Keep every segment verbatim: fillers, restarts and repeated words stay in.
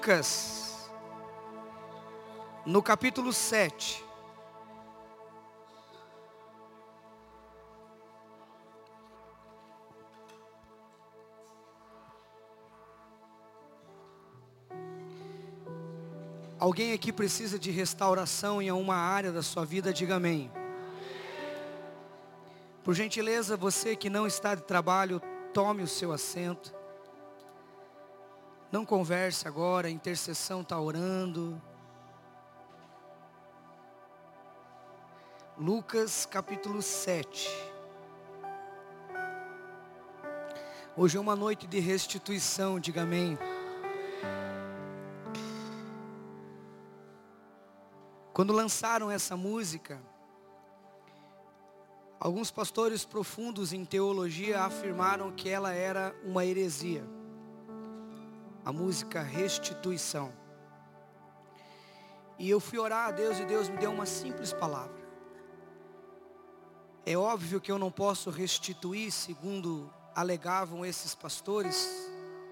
Lucas, no capítulo sete. Alguém aqui precisa de restauração em uma área da sua vida? Diga amém. Por gentileza, você que não está de trabalho, tome o seu assento. Não converse agora, a intercessão está orando. Lucas capítulo sete. Hoje é uma noite de restituição, diga amém. Quando lançaram essa música, alguns pastores profundos em teologia afirmaram que ela era uma heresia. A música Restituição. E eu fui orar a Deus e Deus me deu uma simples palavra. É óbvio que eu não posso restituir, segundo alegavam esses pastores.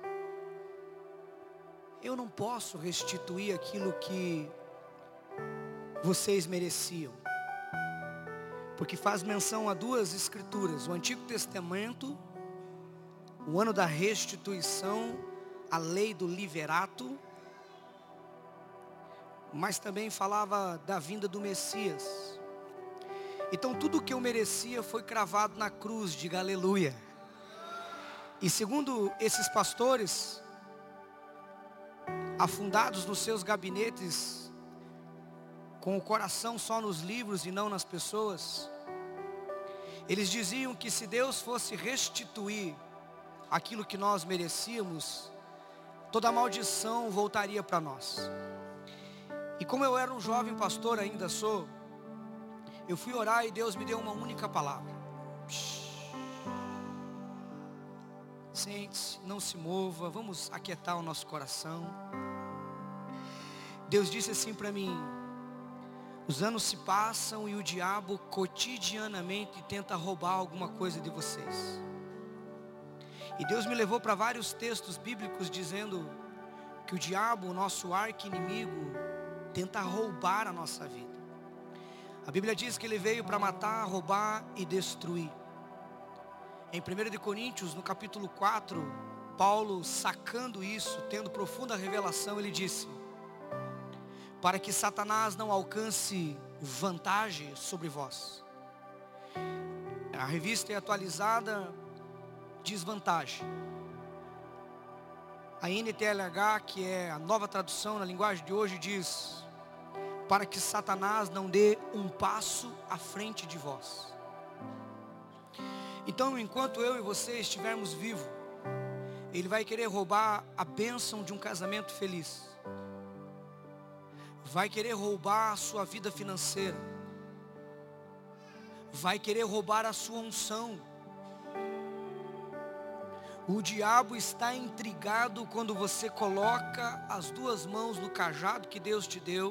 Eu não posso restituir aquilo que vocês mereciam. Porque faz menção a duas escrituras. O Antigo Testamento, o ano da restituição, a lei do liverato, mas também falava da vinda do Messias. Então tudo que eu merecia foi cravado na cruz, diga aleluia. E segundo esses pastores, afundados nos seus gabinetes, com o coração só nos livros e não nas pessoas, eles diziam que se Deus fosse restituir aquilo que nós merecíamos, toda maldição voltaria para nós. E como eu era um jovem pastor, ainda sou, eu fui orar e Deus me deu uma única palavra. Sente-se, não se mova, vamos aquietar o nosso coração. Deus disse assim para mim: os anos se passam e o diabo cotidianamente tenta roubar alguma coisa de vocês. E Deus me levou para vários textos bíblicos dizendo que o diabo, o nosso arqui-inimigo, tenta roubar a nossa vida. A Bíblia diz que ele veio para matar, roubar e destruir. Em primeira de Coríntios, no capítulo quatro, Paulo, sacando isso, tendo profunda revelação, ele disse: para que Satanás não alcance vantagem sobre vós. A revista é atualizada, desvantagem. A N T L H, que é a nova tradução na linguagem de hoje, diz: para que Satanás não dê um passo à frente de vós. Então, enquanto eu e você estivermos vivos, ele vai querer roubar a bênção de um casamento feliz. Vai querer roubar a sua vida financeira. Vai querer roubar a sua unção. O diabo está intrigado quando você coloca as duas mãos no cajado que Deus te deu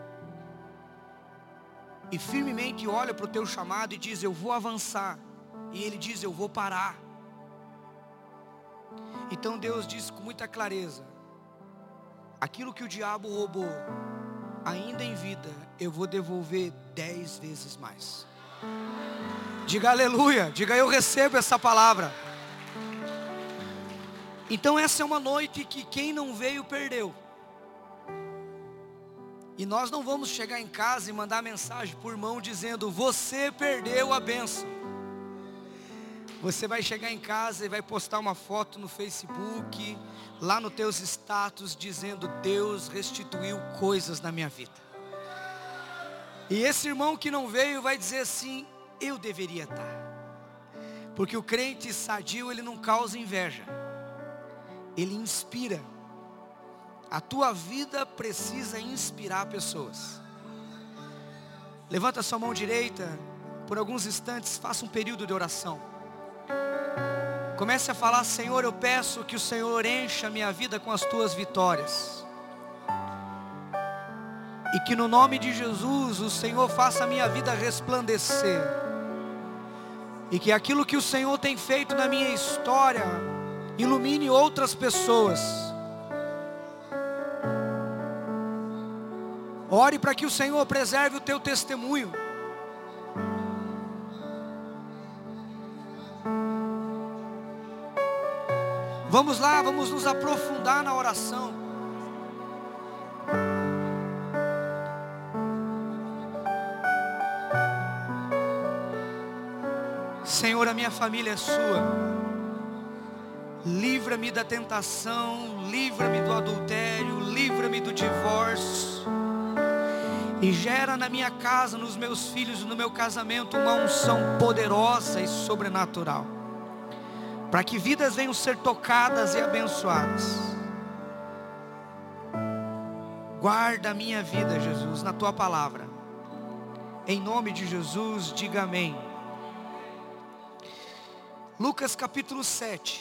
e firmemente olha para o teu chamado e diz: eu vou avançar. E ele diz: eu vou parar. Então Deus diz com muita clareza: aquilo que o diabo roubou, ainda em vida, eu vou devolver dez vezes mais. Diga aleluia, diga eu recebo essa palavra. Então essa é uma noite que quem não veio perdeu. E nós não vamos chegar em casa e mandar mensagem por mão dizendo: você perdeu a bênção. Você vai chegar em casa e vai postar uma foto no Facebook, lá nos teus status, dizendo: Deus restituiu coisas na minha vida. E esse irmão que não veio vai dizer assim: eu deveria estar. Porque o crente sadio, ele não causa inveja, ele inspira. A tua vida precisa inspirar pessoas. Levanta a sua mão direita, por alguns instantes, faça um período de oração. Comece a falar: Senhor, eu peço que o Senhor encha a minha vida com as tuas vitórias. E que no nome de Jesus o Senhor faça a minha vida resplandecer. E que aquilo que o Senhor tem feito na minha história ilumine outras pessoas. Ore para que o Senhor preserve o teu testemunho. Vamos lá, vamos nos aprofundar na oração. Senhor, a minha família é sua. Livra-me da tentação, livra-me do adultério, livra-me do divórcio. E gera na minha casa, nos meus filhos, no meu casamento, uma unção poderosa e sobrenatural, para que vidas venham ser tocadas e abençoadas. Guarda a minha vida, Jesus, na tua palavra. Em nome de Jesus, diga amém. Lucas capítulo sete,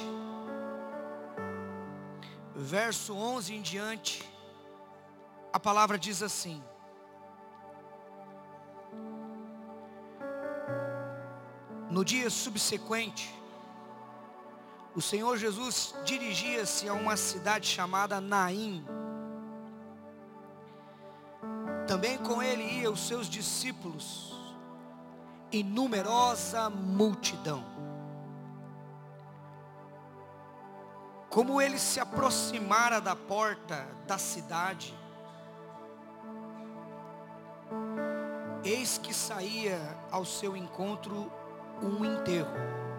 verso onze em diante, a palavra diz assim: no dia subsequente, o Senhor Jesus dirigia-se a uma cidade chamada Naim. Também com ele ia os seus discípulos e numerosa multidão. Como ele se aproximara da porta da cidade, eis que saía ao seu encontro um enterro.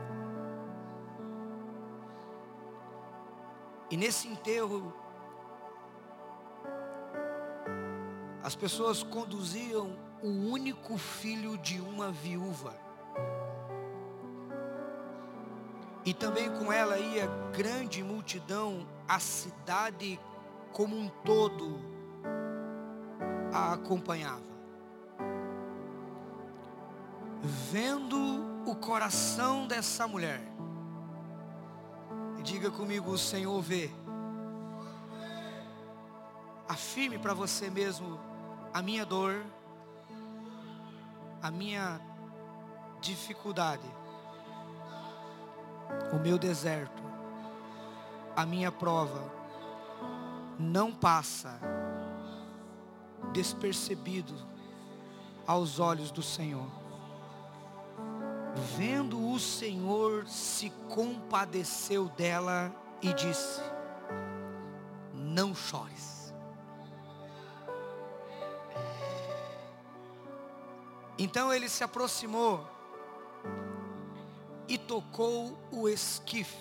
E nesse enterro, as pessoas conduziam o único filho de uma viúva. E também com ela ia grande multidão, a cidade como um todo a acompanhava. Vendo o coração dessa mulher, diga comigo: o Senhor vê. Afirme para você mesmo: a minha dor, a minha dificuldade, o meu deserto, a minha prova, não passa despercebido aos olhos do Senhor. Vendo o Senhor, se compadeceu dela e disse: não chores. Então ele se aproximou e tocou o esquife.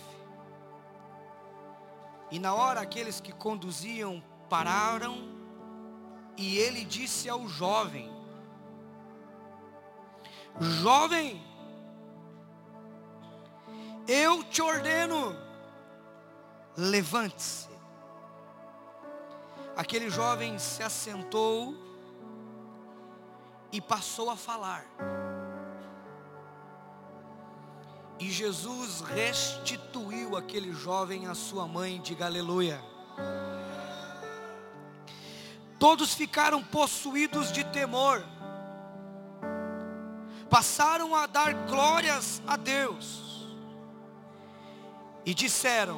E na hora aqueles que conduziam pararam, e ele disse ao jovem: jovem, eu te ordeno, levante-se. Aquele jovem se assentou e passou a falar. E Jesus restituiu aquele jovem à sua mãe. Diga aleluia. Todos ficaram possuídos de temor, passaram a dar glórias a Deus e disseram: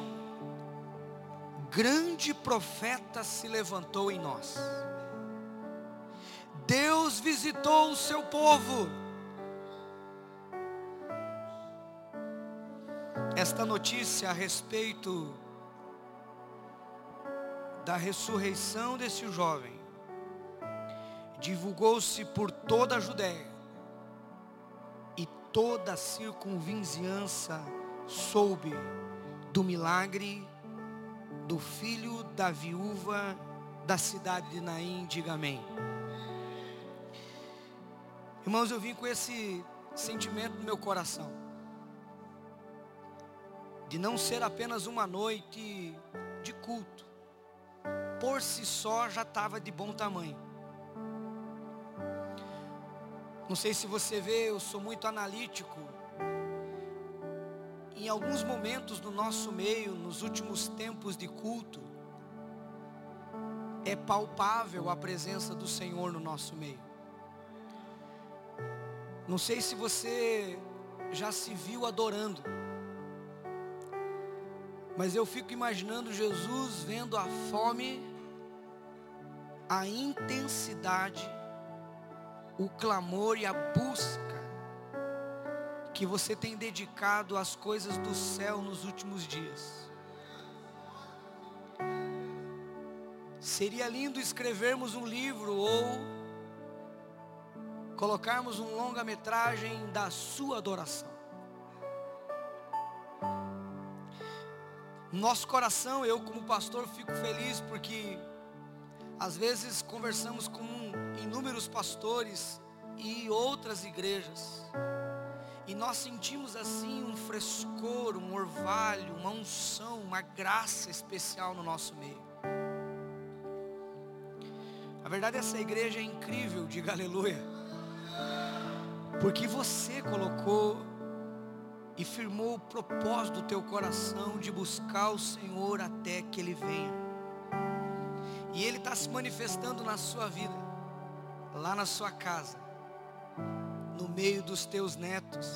grande profeta se levantou em nós. Deus visitou o seu povo. Esta notícia a respeito da ressurreição desse jovem divulgou-se por toda a Judéia, e toda a circunvizinhança soube do milagre do filho da viúva da cidade de Naim. Diga amém. Irmãos, eu vim com esse sentimento no meu coração, de não ser apenas uma noite de culto, por si só já estava de bom tamanho. Não sei se você vê, eu sou muito analítico. Em alguns momentos do nosso meio, nos últimos tempos de culto, é palpável a presença do Senhor no nosso meio. Não sei se você já se viu adorando, mas eu fico imaginando Jesus vendo a fome a intensidade, o clamor e a busca que você tem dedicado às coisas do céu nos últimos dias. Seria lindo escrevermos um livro ou colocarmos um longa-metragem da sua adoração. Nosso coração, eu como pastor fico feliz porque às vezes conversamos com inúmeros pastores e outras igrejas e nós sentimos assim um frescor, um orvalho, uma unção, uma graça especial no nosso meio. A verdade, essa igreja é incrível, diga aleluia, porque você colocou e firmou o propósito do teu coração de buscar o Senhor até que Ele venha. E Ele está se manifestando na sua vida, lá na sua casa, no meio dos teus netos.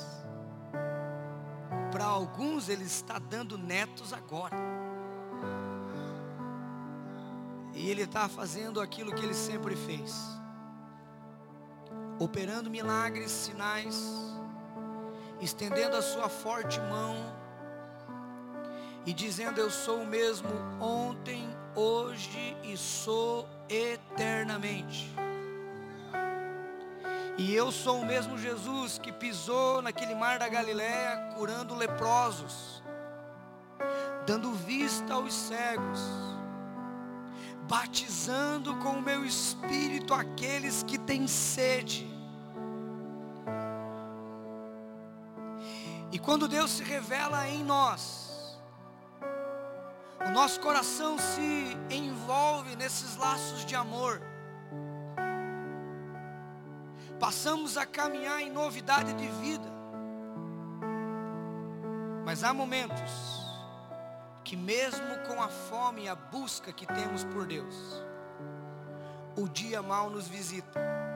Para alguns Ele está dando netos agora. E Ele está fazendo aquilo que Ele sempre fez, operando milagres, sinais, estendendo a sua forte mão e dizendo: eu sou o mesmo ontem, hoje e sou eternamente. E eu sou o mesmo Jesus que pisou naquele mar da Galileia, curando leprosos, dando vista aos cegos, batizando com o meu Espírito aqueles que têm sede. E quando Deus se revela em nós, o nosso coração se envolve nesses laços de amor. Passamos a caminhar em novidade de vida. Mas há momentos que mesmo com a fome e a busca que temos por Deus, o dia mau nos visita.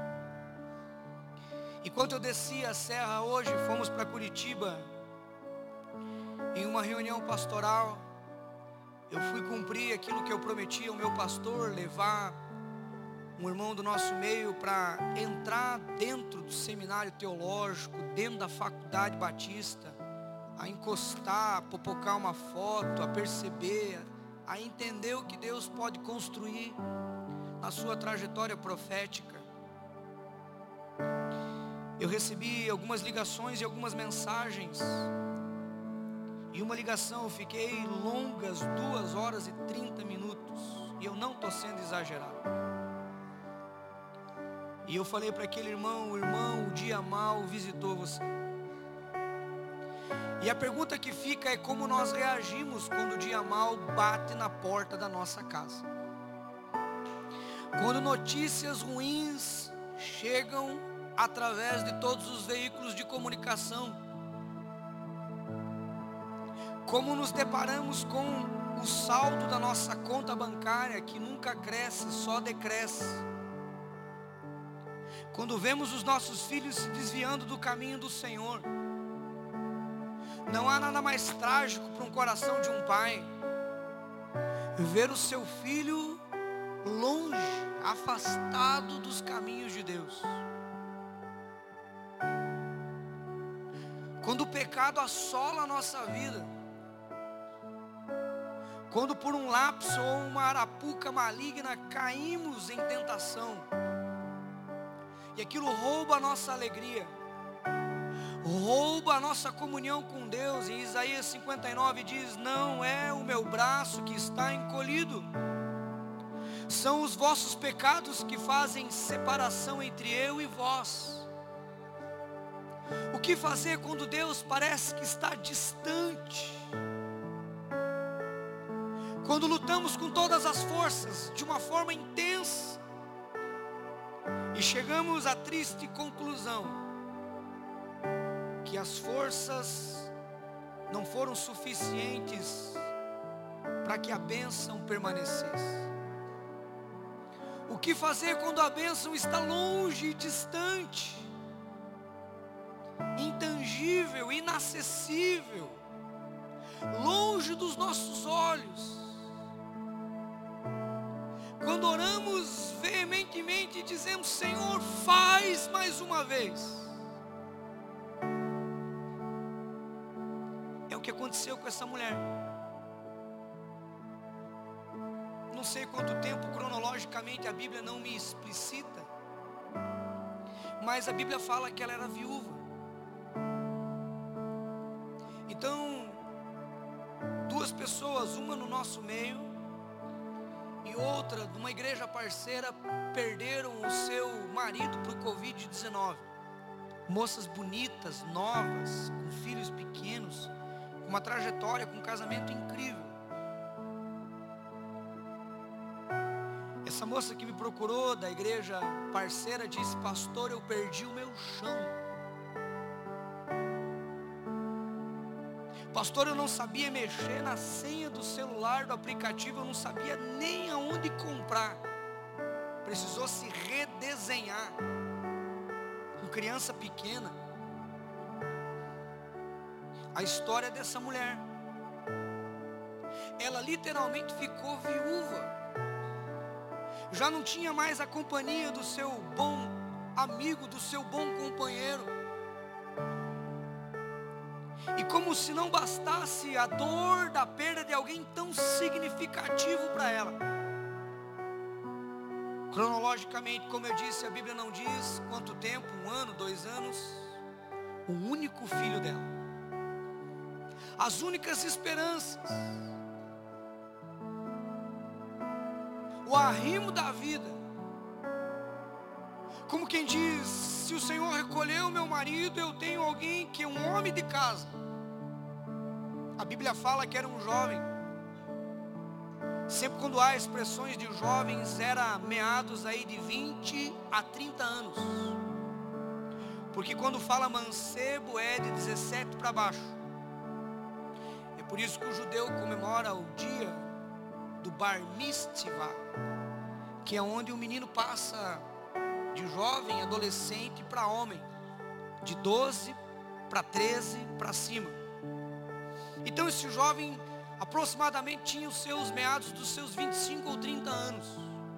Enquanto eu descia a serra hoje, fomos para Curitiba, em uma reunião pastoral. Eu fui cumprir aquilo que eu prometi ao meu pastor, levar um irmão do nosso meio para entrar dentro do seminário teológico, dentro da faculdade batista, a encostar, a popocar uma foto, a perceber, a entender o que Deus pode construir na sua trajetória profética. Eu recebi algumas ligações e algumas mensagens. E uma ligação eu fiquei longas duas horas e trinta minutos. E eu não estou sendo exagerado. E eu falei para aquele irmão: irmão, o dia mau visitou você. E a pergunta que fica é como nós reagimos quando o dia mau bate na porta da nossa casa. Quando notícias ruins chegam através de todos os veículos de comunicação. Como nos deparamos com o saldo da nossa conta bancária que nunca cresce, só decresce. Quando vemos os nossos filhos se desviando do caminho do Senhor. Não há nada mais trágico para um coração de um pai ver o seu filho longe, afastado dos caminhos de Deus. Quando o pecado assola a nossa vida, quando por um lapso ou uma arapuca maligna caímos em tentação, e aquilo rouba a nossa alegria, rouba a nossa comunhão com Deus. Em Isaías cinquenta e nove diz: não é o meu braço que está encolhido, são os vossos pecados que fazem separação entre eu e vós. O que fazer quando Deus parece que está distante? Quando lutamos com todas as forças, de uma forma intensa, e chegamos à triste conclusão, que as forças não foram suficientes para que a bênção permanecesse. O que fazer quando a bênção está longe e distante, intangível, inacessível, longe dos nossos olhos? Quando oramos alegremente e dizemos: Senhor, faz mais uma vez. É o que aconteceu com essa mulher. Não sei quanto tempo cronologicamente, a Bíblia não me explicita, mas a Bíblia fala que ela era viúva. Então, duas pessoas, uma no nosso meio e outra de uma igreja parceira, perderam o seu marido para o covid dezenove. Moças bonitas, novas, com filhos pequenos, com uma trajetória, com um casamento incrível. Essa moça que me procurou da igreja parceira disse: pastor, eu perdi o meu chão. Pastor, eu não sabia mexer na senha do celular, do aplicativo, eu não sabia nem aonde comprar. Precisou se redesenhar. Com criança pequena. A história dessa mulher. Ela literalmente ficou viúva. Já não tinha mais a companhia do seu bom amigo, do seu bom companheiro. E como se não bastasse a dor da perda de alguém tão significativo para ela. Cronologicamente, como eu disse, a Bíblia não diz quanto tempo, um ano, dois anos. O único filho dela. As únicas esperanças. O arrimo da vida. Como quem diz: se o Senhor recolheu meu marido, eu tenho alguém que é um homem de casa. A Bíblia fala que era um jovem. Sempre quando há expressões de jovens, era meados aí de vinte a trinta anos. Porque quando fala mancebo é de dezessete para baixo. É por isso que o judeu comemora o dia do Bar Mitzvah, que é onde o menino passa de jovem, adolescente para homem, de doze para treze para cima. Então esse jovem aproximadamente tinha os seus meados dos seus vinte e cinco ou trinta anos.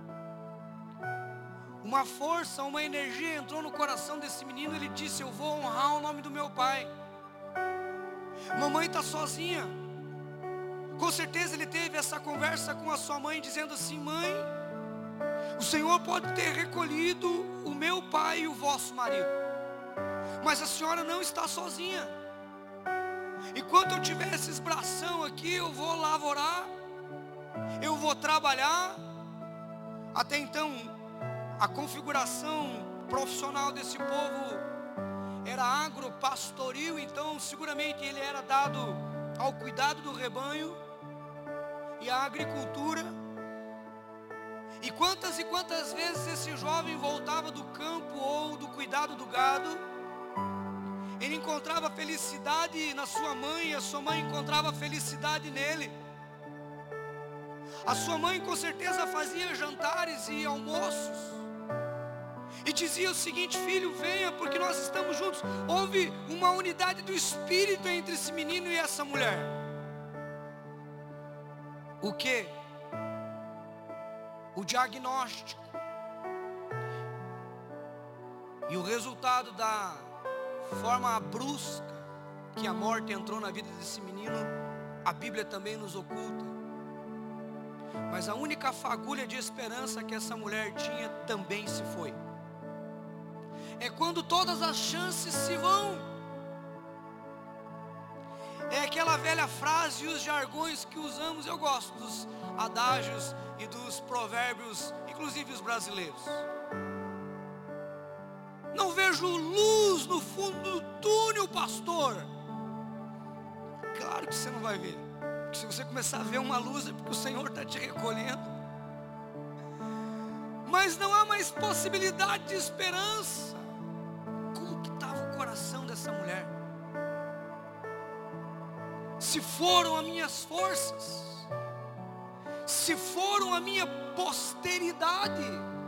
Uma força, uma energia entrou no coração desse menino. Ele disse: eu vou honrar o nome do meu pai. Mamãe está sozinha. Com certeza ele teve essa conversa com a sua mãe, dizendo assim: mãe, o Senhor pode ter recolhido o meu pai e o vosso marido, mas a senhora não está sozinha. Enquanto eu tiver esses bração aqui, eu vou lavourar, eu vou trabalhar. Até então, a configuração profissional desse povo era agropastoril, então seguramente ele era dado ao cuidado do rebanho e à agricultura. E quantas e quantas vezes esse jovem voltava do campo ou do cuidado do gado, ele encontrava felicidade na sua mãe, a sua mãe encontrava felicidade nele. A sua mãe com certeza fazia jantares e almoços e dizia o seguinte: filho, venha, porque nós estamos juntos. Houve uma unidade do espírito entre esse menino e essa mulher. O que? O diagnóstico e o resultado da forma brusca que a morte entrou na vida desse menino, a Bíblia também nos oculta. Mas a única fagulha de esperança que essa mulher tinha também se foi. É quando todas as chances se vão. É aquela velha frase e os jargões que usamos. Eu gosto dos adágios e dos provérbios, inclusive os brasileiros. Não vejo luz no fundo do túnel, pastor. Claro que você não vai ver. Porque se você começar a ver uma luz é porque o Senhor está te recolhendo. Mas não há mais possibilidade de esperança. Como que estava o coração dessa mulher? Se foram as minhas forças, se foram a minha posteridade.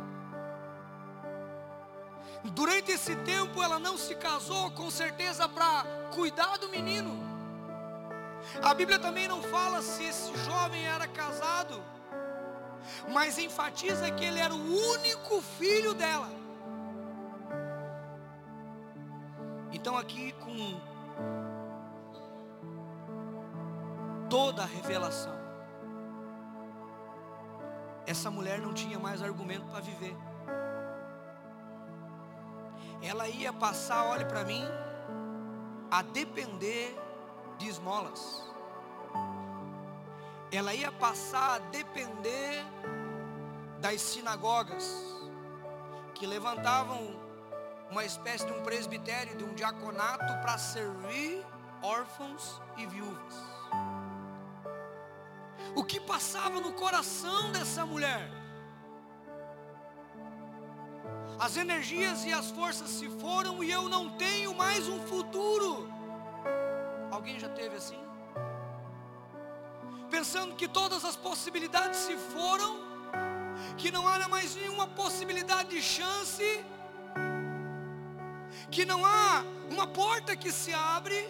Durante esse tempo ela não se casou, com certeza para cuidar do menino. A Bíblia também não fala se esse jovem era casado. mas enfatiza que ele era o único filho dela. Então aqui, com toda a revelação, essa mulher não tinha mais argumento para viver. Ela ia passar, olhe para mim, a depender de esmolas. Ela ia passar a depender das sinagogas, que levantavam uma espécie de um presbitério, de um diaconato para servir órfãos e viúvas. O que passava no coração dessa mulher? As energias e as forças se foram e eu não tenho mais um futuro. Alguém já teve assim? Pensando que todas as possibilidades se foram, que não há mais nenhuma possibilidade de chance, que não há uma porta que se abre.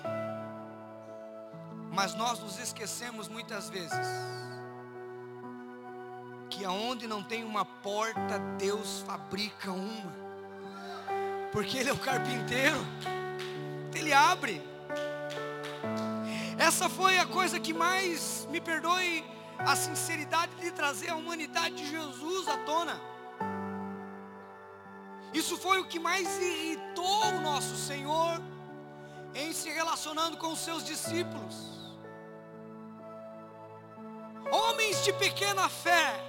Mas nós nos esquecemos muitas vezes que aonde não tem uma porta, Deus fabrica uma, porque Ele é o carpinteiro, Ele abre. Essa foi a coisa que mais, me perdoe a sinceridade, de trazer a humanidade de Jesus à tona. Isso foi o que mais irritou o nosso Senhor em se relacionando com os seus discípulos. Homens de pequena fé,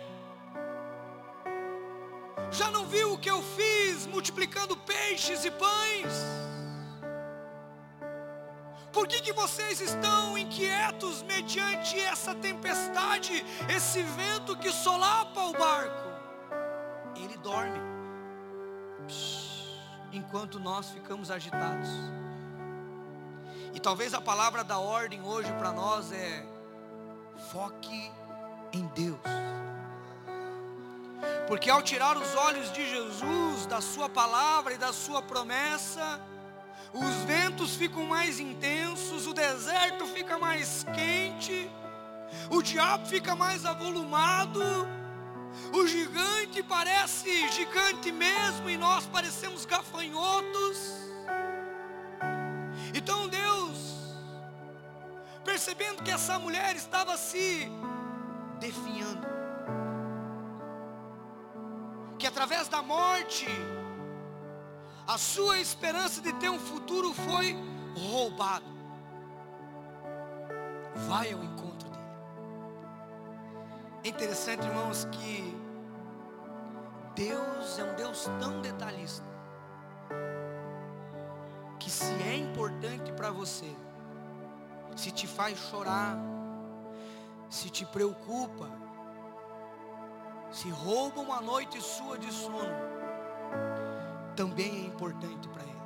já não viu o que eu fiz multiplicando peixes e pães? Por que que vocês estão inquietos mediante essa tempestade, esse vento que solapa o barco? Ele dorme, enquanto nós ficamos agitados. E talvez a palavra da ordem hoje para nós é: foque em Deus. Porque ao tirar os olhos de Jesus, da sua palavra e da sua promessa, os ventos ficam mais intensos, o deserto fica mais quente, o diabo fica mais avolumado, o gigante parece gigante mesmo e nós parecemos gafanhotos. Então Deus, percebendo que essa mulher estava se definhando, que através da morte a sua esperança de ter um futuro foi roubado, vai ao encontro dele. É interessante, irmãos, que Deus é um Deus tão detalhista, que se é importante para você, se te faz chorar, se te preocupa, se rouba uma noite sua de sono, também é importante para Ele.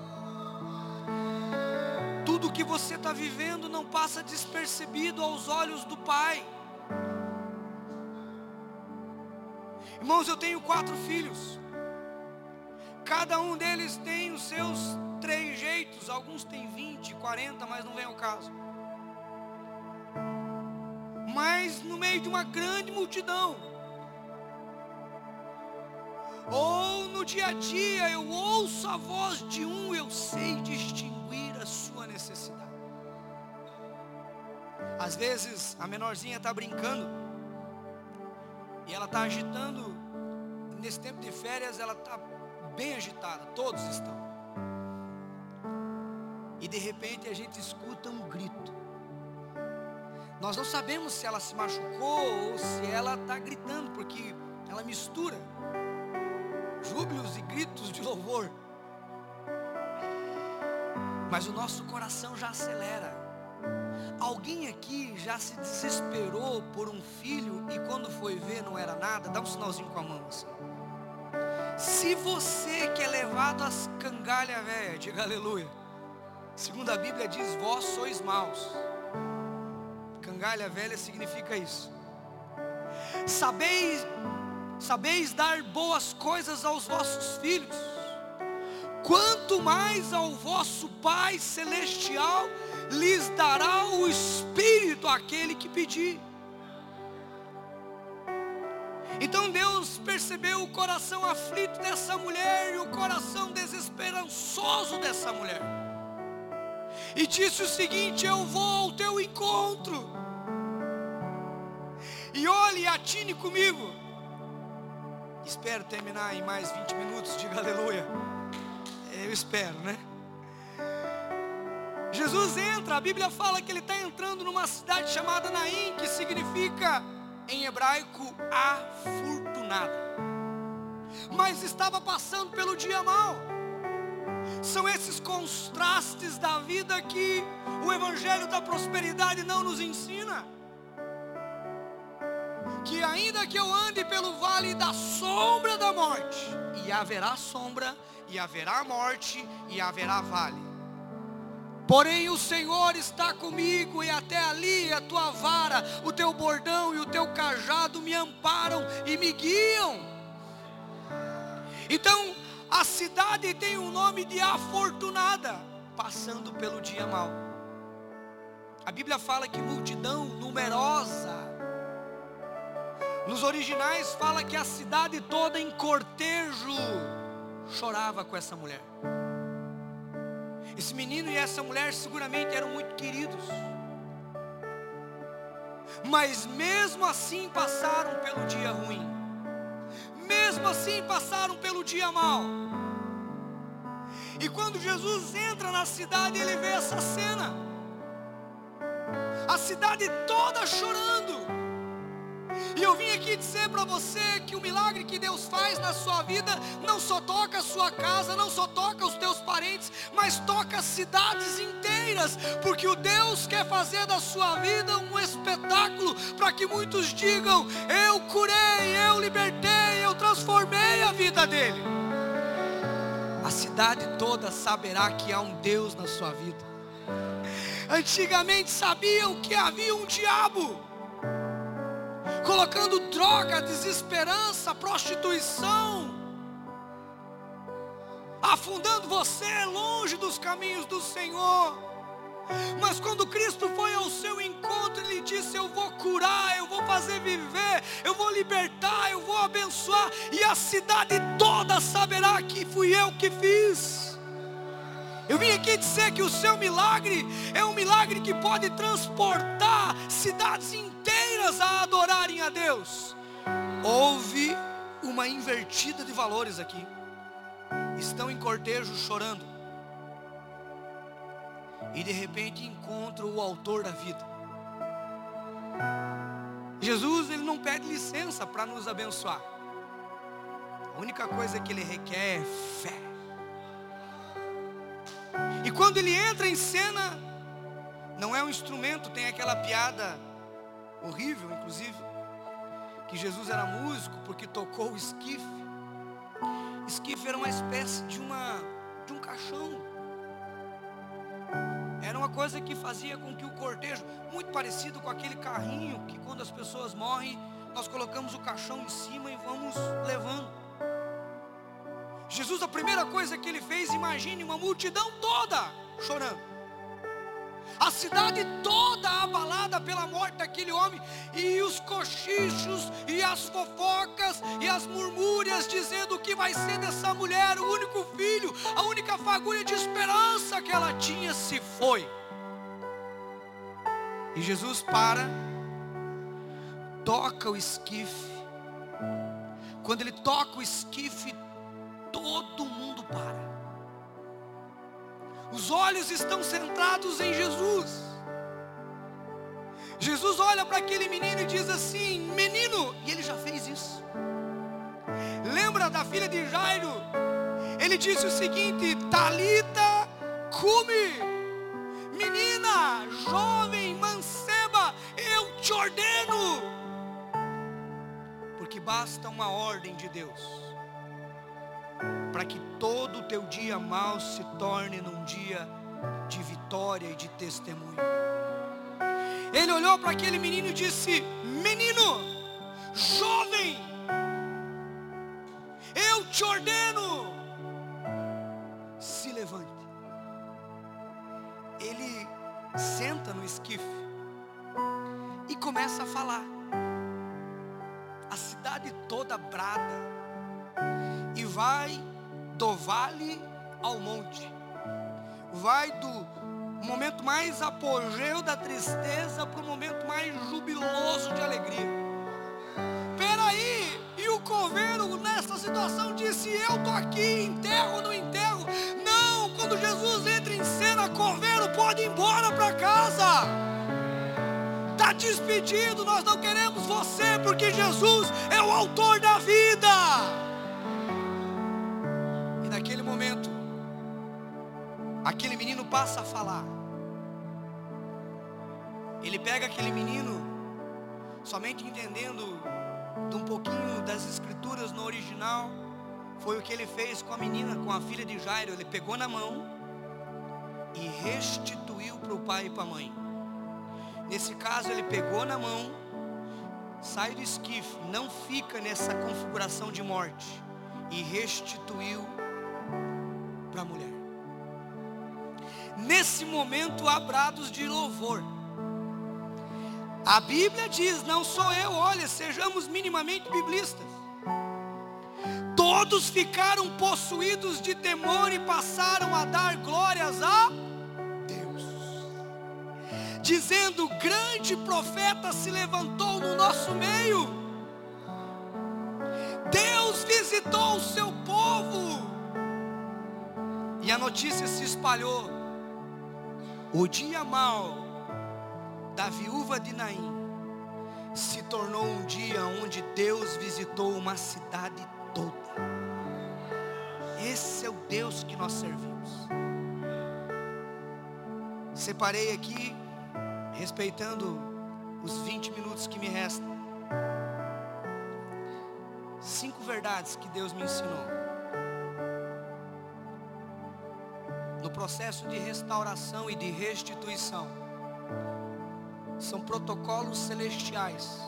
Tudo que você está vivendo não passa despercebido aos olhos do Pai. Irmãos, eu tenho quatro filhos, cada um deles tem os seus três jeitos, alguns têm vinte, quarenta, mas não vem ao caso. Mas no meio de uma grande multidão, ou no dia a dia, eu ouço a voz de um, eu sei distinguir a sua necessidade. Às vezes a menorzinha está brincando e ela está agitando. Nesse tempo de férias ela está bem agitada, todos estão. E de repente a gente escuta um grito. Nós não sabemos se ela se machucou ou se ela está gritando, porque ela mistura júbilos e gritos de louvor. Mas o nosso coração já acelera. Alguém aqui já se desesperou por um filho e quando foi ver não era nada? Dá um sinalzinho com a mão assim. Se você que é levado às cangalhas velhas, diga aleluia. Segundo a Bíblia diz, vós sois maus. Cangalha velha significa isso. Sabeis, sabeis dar boas coisas aos vossos filhos, quanto mais ao vosso Pai Celestial lhes dará o Espírito àquele que pedir. Então Deus percebeu o coração aflito dessa mulher e o coração desesperançoso dessa mulher, e disse o seguinte: eu vou ao teu encontro. E olhe e atine comigo. Espero terminar em mais vinte minutos, diga aleluia. Eu espero, né? Jesus entra, a Bíblia fala que ele está entrando numa cidade chamada Naim, que significa em hebraico afortunada, mas estava passando pelo dia mau. São esses contrastes da vida que o evangelho da prosperidade não nos ensina. Que ainda que eu ande pelo vale da sombra da morte, e haverá sombra, e haverá morte, e haverá vale, porém o Senhor está comigo, e até ali a tua vara, o teu bordão e o teu cajado me amparam e me guiam. Então a cidade tem o nome de afortunada, passando pelo dia mau. A Bíblia fala que multidão numerosa. Nos originais fala que a cidade toda em cortejo chorava com essa mulher. Esse menino e essa mulher seguramente eram muito queridos, mas mesmo assim passaram pelo dia ruim, mesmo assim passaram pelo dia mau. E quando Jesus entra na cidade, ele vê essa cena, a cidade toda chorando. E eu vim aqui dizer para você que o milagre que Deus faz na sua vida não só toca a sua casa, não só toca os teus parentes, mas toca cidades inteiras, porque o Deus quer fazer da sua vida um espetáculo, para que muitos digam: eu curei, eu libertei, eu transformei a vida dele. A cidade toda saberá que há um Deus na sua vida. Antigamente sabiam que havia um diabo colocando droga, desesperança, prostituição, afundando você longe dos caminhos do Senhor. Mas quando Cristo foi ao seu encontro, Ele disse: eu vou curar, eu vou fazer viver, eu vou libertar, eu vou abençoar, e a cidade toda saberá que fui eu que fiz. Eu vim aqui dizer que o seu milagre é um milagre que pode transportar cidades inteiras a adorarem a Deus. Houve uma invertida de valores aqui. Estão em cortejo chorando, e de repente encontram o autor da vida. Jesus, ele não pede licença para nos abençoar. A única coisa que ele requer é fé. E quando ele entra em cena, não é um instrumento. Tem aquela piada horrível, inclusive, que Jesus era músico porque tocou o esquife. Esquife era uma espécie de, uma, de um caixão. Era uma coisa que fazia com que o cortejo, muito parecido com aquele carrinho que quando as pessoas morrem, nós colocamos o caixão em cima e vamos levando. Jesus, a primeira coisa que ele fez, imagine uma multidão toda chorando, a cidade toda abalada pela morte daquele homem, e os cochichos, e as fofocas, e as murmúrias, dizendo o que vai ser dessa mulher, o único filho, a única fagulha de esperança que ela tinha se foi. E Jesus para, toca o esquife. Quando ele toca o esquife, todo mundo para. Os olhos estão centrados em Jesus. Jesus olha para aquele menino e diz assim: menino, e ele já fez isso. Lembra da filha de Jairo? Ele disse o seguinte: Talita cumi, menina, jovem, manceba, eu te ordeno. Porque basta uma ordem de Deus para que todo o teu dia mau se torne num dia de vitória e de testemunho. Ele olhou para aquele menino e disse: menino, jovem, eu te ordeno, se levante. Ele senta no esquife e começa a falar. A cidade cidade toda brada e vai do vale ao monte, vai do momento mais apogeu da tristeza para o momento mais jubiloso de alegria. Peraí, e o coveiro nessa situação disse: eu estou aqui, enterro ou não enterro? Não, quando Jesus entra em cena, coveiro pode ir embora para casa. Está despedido, nós não queremos você, porque Jesus é o autor da vida. E naquele momento, aquele menino passa a falar. Ele pega aquele menino, somente entendendo de um pouquinho das escrituras no original, foi o que ele fez com a menina, com a filha de Jairo. Ele pegou na mão e restituiu para o pai e para a mãe. Nesse caso, ele pegou na mão, sai do esquife, não fica nessa configuração de morte, e restituiu para a mulher. Nesse momento há brados de louvor. A Bíblia diz, não sou eu, olha, sejamos minimamente biblistas. Todos ficaram possuídos de temor e passaram a dar glórias a Deus, dizendo: grande profeta se levantou no nosso meio. Deus visitou o seu povo. E a notícia se espalhou. O dia mau da viúva de Naim se tornou um dia onde Deus visitou uma cidade toda. Esse é o Deus que nós servimos. Separei aqui, respeitando os vinte minutos que me restam, cinco verdades que Deus me ensinou no processo de restauração e de restituição. São protocolos celestiais.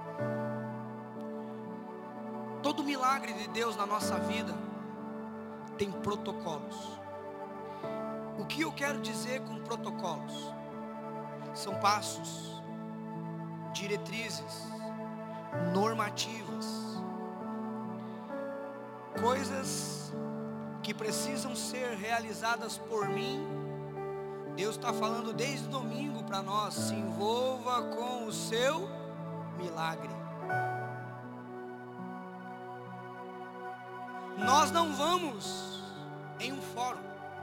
Todo milagre de Deus na nossa vida tem protocolos. O que eu quero dizer com protocolos? São passos, diretrizes, normativas, coisas que precisam ser realizadas por mim. Deus está falando desde domingo para nós: se envolva com o seu milagre. Nós não vamos em um fórum,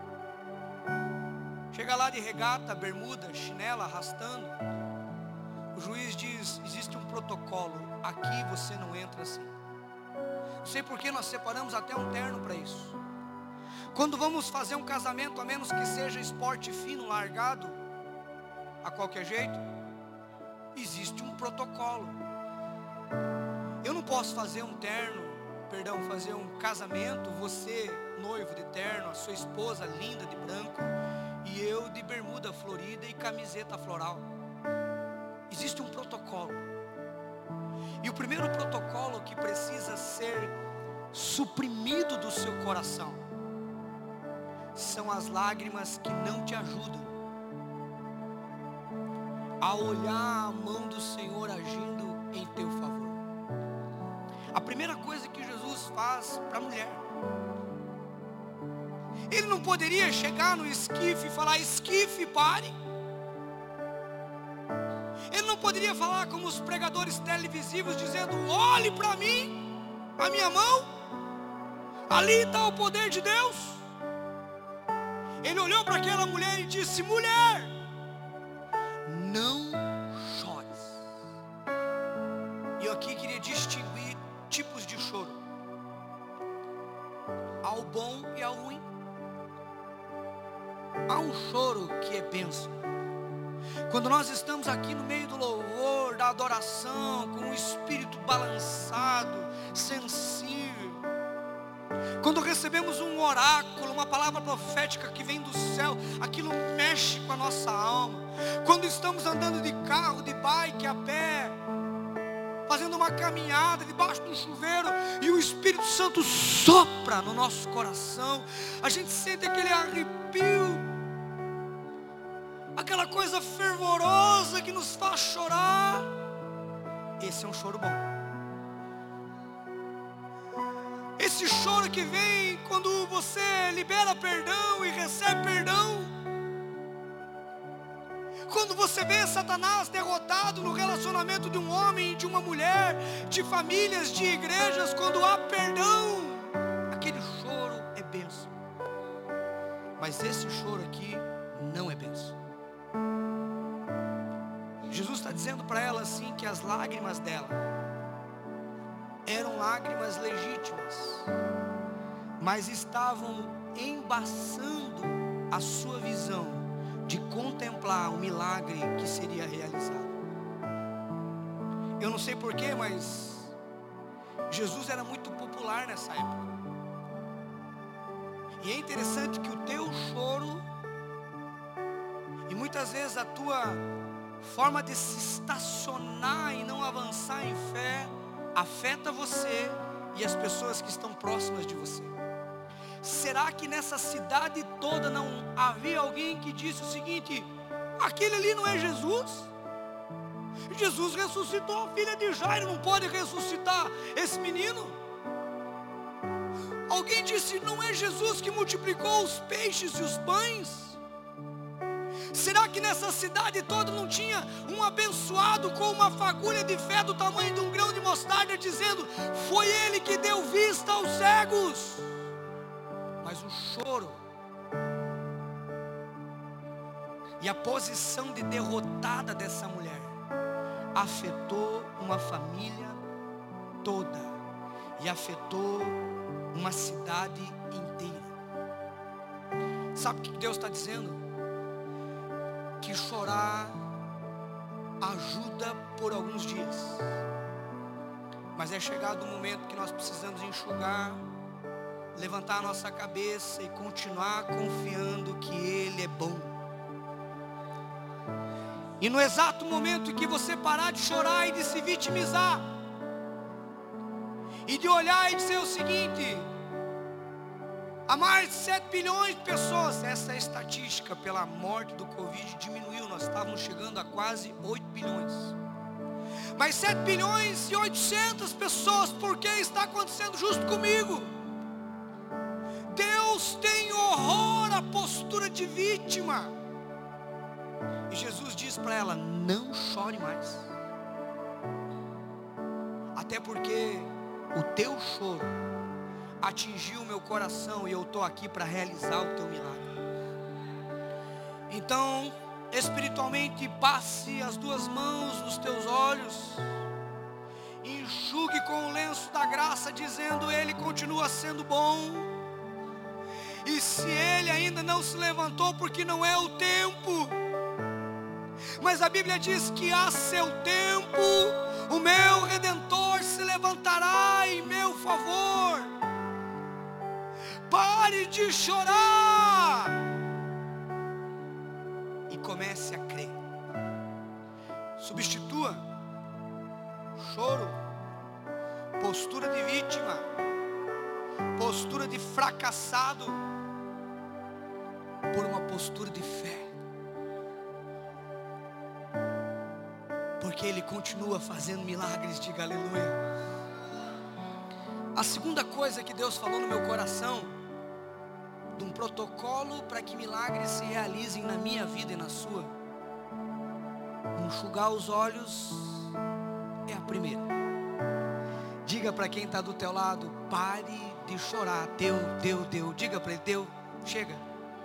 chega lá de regata, bermuda, chinela, arrastando. O juiz diz: existe um protocolo, aqui você não entra assim. Não sei porque nós separamos até um terno para isso. Quando vamos fazer um casamento, a menos que seja esporte fino, largado, a qualquer jeito, existe um protocolo. Eu não posso fazer um terno, perdão, fazer um casamento, você noivo de terno, a sua esposa linda de branco, e eu de bermuda florida e camiseta floral. Existe um protocolo. E o primeiro protocolo que precisa ser suprimido do seu coração são as lágrimas que não te ajudam a olhar a mão do Senhor agindo em teu favor. A primeira coisa que Jesus faz para a mulher, Ele não poderia chegar no esquife e falar: esquife, pare. Ele não poderia falar como os pregadores televisivos, dizendo: olhe para mim, a minha mão, ali está o poder de Deus. Ele olhou para aquela mulher e disse: mulher, não chores. E eu aqui queria distinguir tipos de choro: ao bom e ao ruim. Há um choro que é bênção. Quando nós estamos aqui no meio do louvor, da adoração, com o espírito balançado, sensível, quando recebemos um oráculo, uma palavra profética que vem do céu, aquilo mexe com a nossa alma. Quando estamos andando de carro, de bike, a pé, fazendo uma caminhada debaixo do chuveiro, e o Espírito Santo sopra no nosso coração, a gente sente aquele arrepio, aquela coisa fervorosa que nos faz chorar. Esse é um choro bom. esse choro que vem quando você libera perdão e recebe perdão. Quando você vê Satanás derrotado no relacionamento de um homem e de uma mulher, de famílias, de igrejas, quando há perdão, aquele choro é bênção. Mas esse choro aqui não é bênção. Jesus está dizendo para ela assim que as lágrimas dela eram lágrimas legítimas, mas estavam embaçando a sua visão de contemplar o milagre que seria realizado. Eu não sei porquê, mas Jesus era muito popular nessa época. E é interessante que o teu choro, e muitas vezes a tua forma de se estacionar e não avançar em fé, afeta você e as pessoas que estão próximas de você. Será que nessa cidade toda não havia alguém que disse o seguinte: aquele ali não é Jesus? Jesus ressuscitou a filha de Jairo, não pode ressuscitar esse menino? Alguém disse: não é Jesus que multiplicou os peixes e os pães? Será que nessa cidade toda não tinha um abençoado com uma fagulha de fé do tamanho de um grão de mostarda dizendo: foi ele que deu vista aos cegos? Mas o choro e a posição de derrotada dessa mulher afetou uma família toda e afetou uma cidade inteira. Sabe o que Deus está dizendo? Que chorar ajuda por alguns dias, mas é chegado o momento que nós precisamos enxugar, levantar a nossa cabeça e continuar confiando que Ele é bom. E no exato momento em que você parar de chorar e de se vitimizar, e de olhar e dizer o seguinte: há mais de sete bilhões de pessoas, essa estatística pela morte do Covid diminuiu, nós estávamos chegando a quase oito bilhões. Mas sete bilhões e oitocentas pessoas, por que está acontecendo justo comigo? Deus tem horror à postura de vítima. E Jesus diz para ela: não chore mais. Até porque o teu choro atingiu o meu coração e eu estou aqui para realizar o teu milagre. Então, espiritualmente, passe as duas mãos nos teus olhos, enxugue com o lenço da graça, dizendo: Ele continua sendo bom. E se Ele ainda não se levantou, porque não é o tempo, mas a Bíblia diz que a seu tempo o meu Redentor se levantará em meu favor. Pare de chorar e comece a crer. Substitua choro, postura de vítima, postura de fracassado, por uma postura de fé, porque Ele continua fazendo milagres. Diga aleluia. A segunda coisa que Deus falou no meu coração, de um protocolo para que milagres se realizem na minha vida e na sua, enxugar os olhos é a primeira. Diga para quem está do teu lado: pare de chorar. Deu, deu, deu. Diga para ele: deu, chega.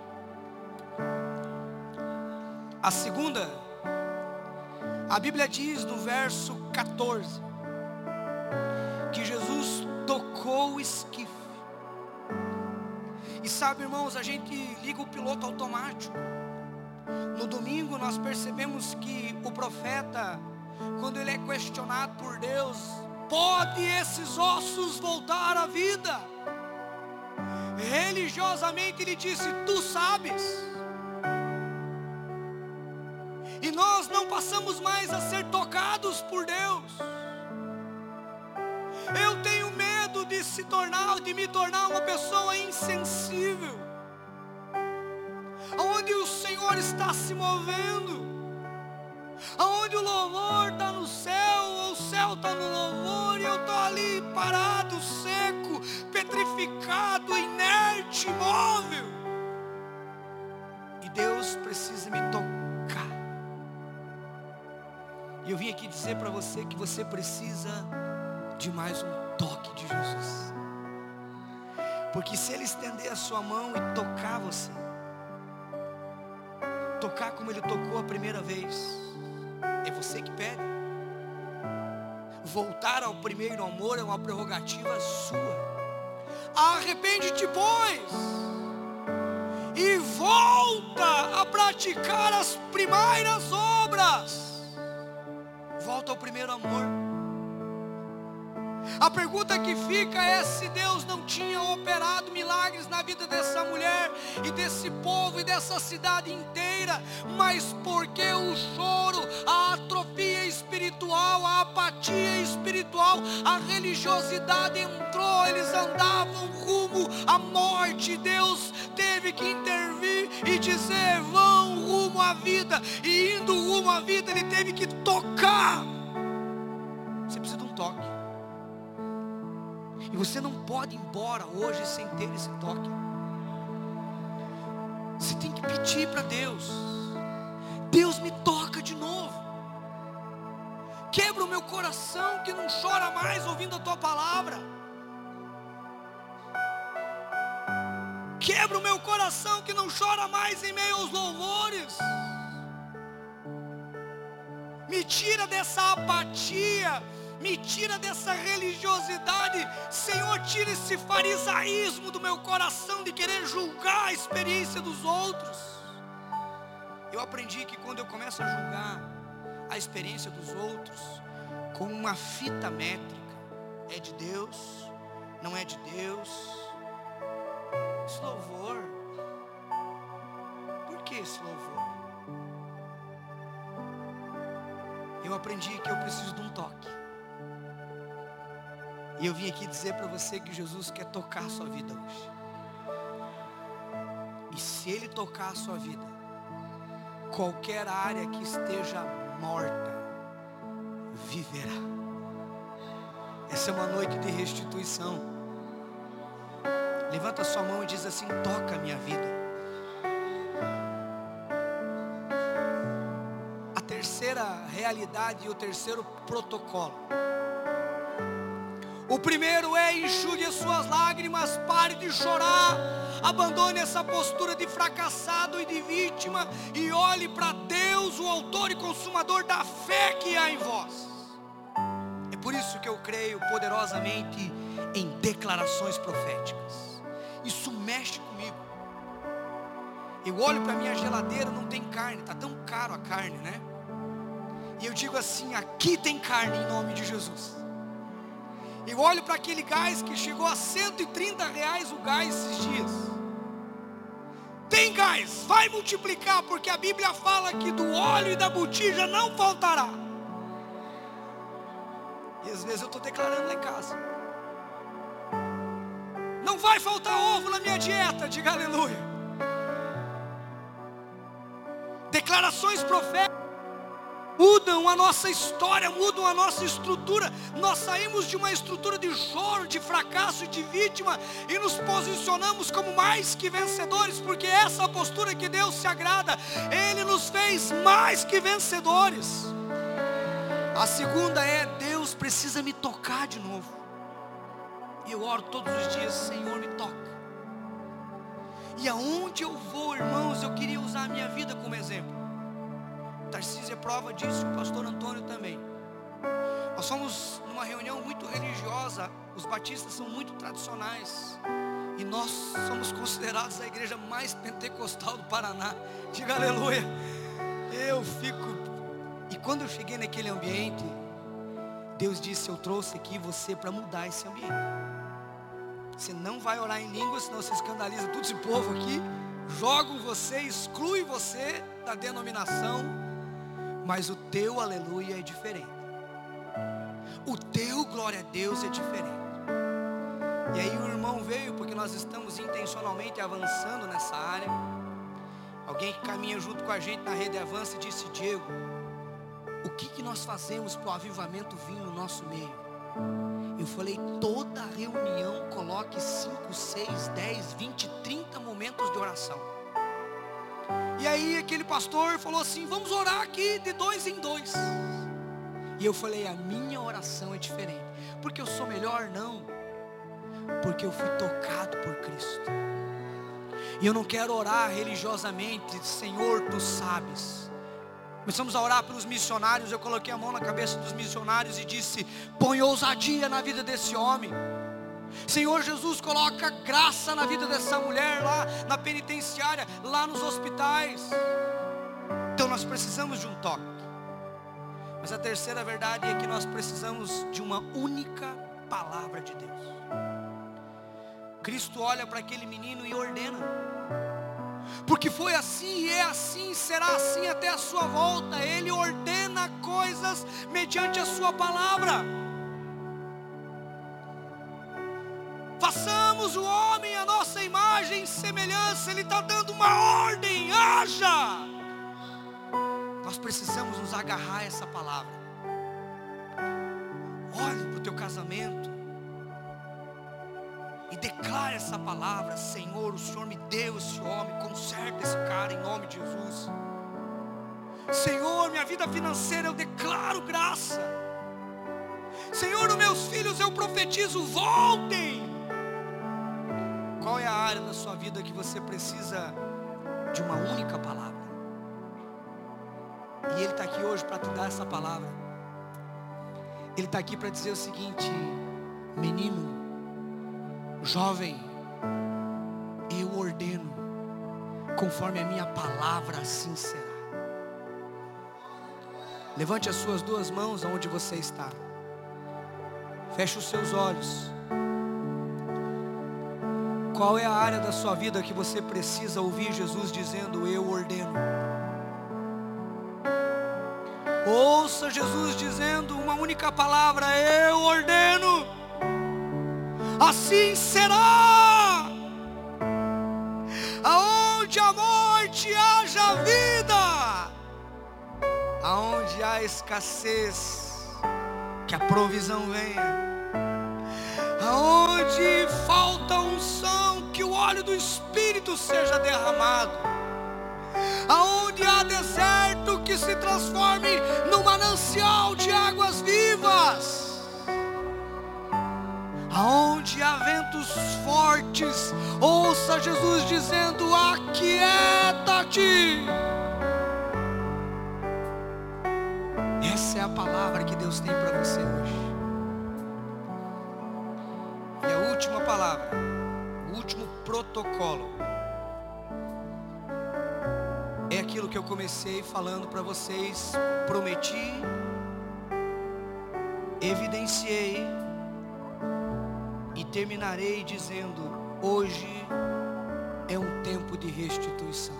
A segunda, a Bíblia diz no verso quatorze, que Jesus tocou o esquife. E sabe, irmãos, a gente liga o piloto automático. No domingo nós percebemos que o profeta, quando ele é questionado por Deus: pode esses ossos voltar à vida? Religiosamente ele disse: tu sabes. E nós não passamos mais a ser tocados por Deus. Eu tenho medo de se tornar, de me tornar uma pessoa insensível, onde o Senhor está se movendo, onde o louvor está no céu, ou o céu está no louvor, e eu estou ali parado, seco, petrificado, precisa me tocar. E eu vim aqui dizer para você que você precisa de mais um toque de Jesus. Porque se Ele estender a sua mão e tocar você, tocar como Ele tocou a primeira vez, é você que pede. Voltar ao primeiro amor é uma prerrogativa sua. Arrepende-te, pois, e volta a praticar as primeiras obras. Volta ao primeiro amor. A pergunta que fica é se Deus não tinha operado milagres na vida dessa mulher e desse povo e dessa cidade inteira, mas porque o choro, a atrofia espiritual, a apatia espiritual, a religiosidade entrou, eles andavam rumo à morte. Deus teve que intervir e dizer: vão rumo à vida, e indo rumo à vida, Ele teve que tocar. Você precisa de um toque. E você não pode ir embora hoje sem ter esse toque. Você tem que pedir para Deus: Deus, me toca de novo. Quebra o meu coração que não chora mais ouvindo a Tua palavra. Quebra o meu coração que não chora mais em meio aos louvores. Me tira dessa apatia. Me tira dessa religiosidade. Senhor, tira esse farisaísmo do meu coração de querer julgar a experiência dos outros. Eu aprendi que quando eu começo a julgar a experiência dos outros com uma fita métrica, é de Deus, não é de Deus. Esse louvor, por que esse louvor? Eu aprendi que eu preciso de um toque. E eu vim aqui dizer para você que Jesus quer tocar a sua vida hoje. E se Ele tocar a sua vida, qualquer área que esteja morta, viverá. Essa é uma noite de restituição. Levanta a sua mão e diz assim: toca a minha vida. A terceira realidade e o terceiro protocolo. O primeiro é: enxugue as suas lágrimas, pare de chorar, abandone essa postura de fracassado e de vítima e olhe para Deus, o autor e consumador da fé que há em vós. É por isso que eu creio poderosamente em declarações proféticas. Isso mexe comigo. Eu olho para a minha geladeira, não tem carne, está tão caro a carne, né? E eu digo assim: aqui tem carne em nome de Jesus. Eu olho para aquele gás que chegou a cento e trinta reais o gás esses dias. Tem gás, vai multiplicar, porque a Bíblia fala que do óleo e da botija não faltará. E às vezes eu estou declarando lá em casa: não vai faltar ovo na minha dieta, diga aleluia. Declarações proféticas mudam a nossa história, mudam a nossa estrutura. Nós saímos de uma estrutura de choro, de fracasso e de vítima e nos posicionamos como mais que vencedores, porque essa é a postura que Deus se agrada. Ele nos fez mais que vencedores. A segunda é: Deus precisa me tocar de novo. E eu oro todos os dias: Senhor, me toca. E aonde eu vou, irmãos, eu queria usar a minha vida como exemplo. Tarcísio é prova disso, o pastor Antônio também. Nós somos numa reunião muito religiosa, os batistas são muito tradicionais, e nós somos considerados a igreja mais pentecostal do Paraná, diga aleluia. Eu fico, e quando eu cheguei naquele ambiente, Deus disse: eu trouxe aqui você para mudar esse ambiente. Você não vai orar em língua, senão você escandaliza todo esse povo aqui, jogam você, excluem você da denominação. Mas o teu aleluia é diferente. O teu glória a Deus é diferente. E aí o irmão veio, porque nós estamos intencionalmente avançando nessa área. Alguém que caminha junto com a gente na rede Avança e disse: Diego, o que, que nós fazemos para o avivamento vir no nosso meio? Eu falei: toda reunião coloque cinco, seis, dez, vinte, trinta momentos de oração. E aí aquele pastor falou assim: vamos orar aqui de dois em dois. E eu falei: a minha oração é diferente. Porque eu sou melhor? Não. Porque eu fui tocado por Cristo. E eu não quero orar religiosamente, Senhor, tu sabes. Começamos a orar pelos missionários. Eu coloquei a mão na cabeça dos missionários e disse: põe ousadia na vida desse homem. Senhor Jesus, coloca graça na vida dessa mulher lá na penitenciária, lá nos hospitais. Então nós precisamos de um toque. Mas a terceira verdade é que nós precisamos de uma única palavra de Deus. Cristo olha para aquele menino e ordena. Porque foi assim e é assim, será assim até a sua volta. Ele ordena coisas mediante a sua palavra. Façamos o homem a nossa imagem e semelhança. Ele está dando uma ordem: haja. Nós precisamos nos agarrar a essa palavra. Olhe para o teu casamento e declare essa palavra: Senhor, o Senhor me deu esse homem, conserta esse cara em nome de Jesus. Senhor, minha vida financeira eu declaro graça. Senhor, os meus filhos eu profetizo, voltem. Qual é a área da sua vida que você precisa de uma única palavra? E Ele está aqui hoje para te dar essa palavra. Ele está aqui para dizer o seguinte: menino, jovem, eu ordeno, conforme a minha palavra assim será. Levante as suas duas mãos aonde você está. Feche os seus olhos. Qual é a área da sua vida que você precisa ouvir Jesus dizendo: eu ordeno? Ouça Jesus dizendo uma única palavra: eu ordeno. Assim será. Aonde a morte haja vida, aonde há escassez, que a provisão venha. Aonde falta unção, que o óleo do Espírito seja derramado. Aonde há deserto, que se transforme num manancial de águas vivas. Aonde há ventos fortes, ouça Jesus dizendo: aquieta-te. Essa é a palavra que Deus tem para você hoje. E a última palavra, o último protocolo, é aquilo que eu comecei falando para vocês. Prometi, evidenciei e terminarei dizendo: hoje é um tempo de restituição.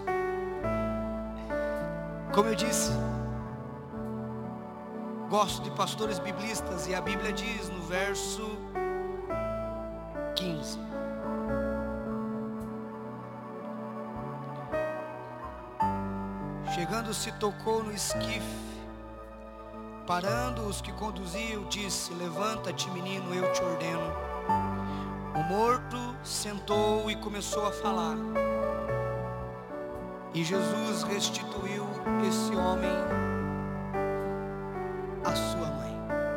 Como eu disse, gosto de pastores biblistas, e a Bíblia diz no verso quinze: chegando-se, tocou no esquife, parando os que conduziam, disse: levanta-te, menino, eu te ordeno. O morto sentou e começou a falar. E Jesus restituiu esse homem à sua mãe.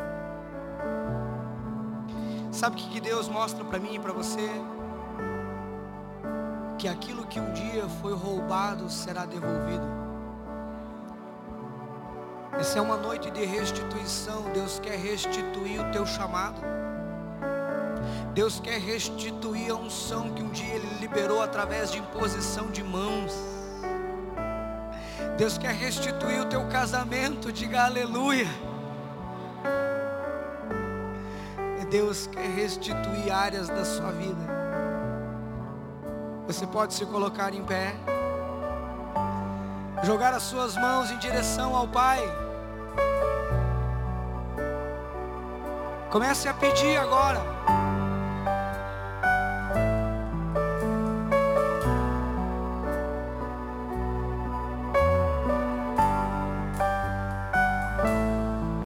Sabe o que Deus mostra para mim e para você? Que aquilo que um dia foi roubado será devolvido. Essa é uma noite de restituição. Deus quer restituir o teu chamado. Deus quer restituir a unção que um dia Ele liberou através de imposição de mãos. Deus quer restituir o teu casamento. Diga aleluia. Deus quer restituir áreas da sua vida. Você pode se colocar em pé, jogar as suas mãos em direção ao Pai. Comece a pedir agora.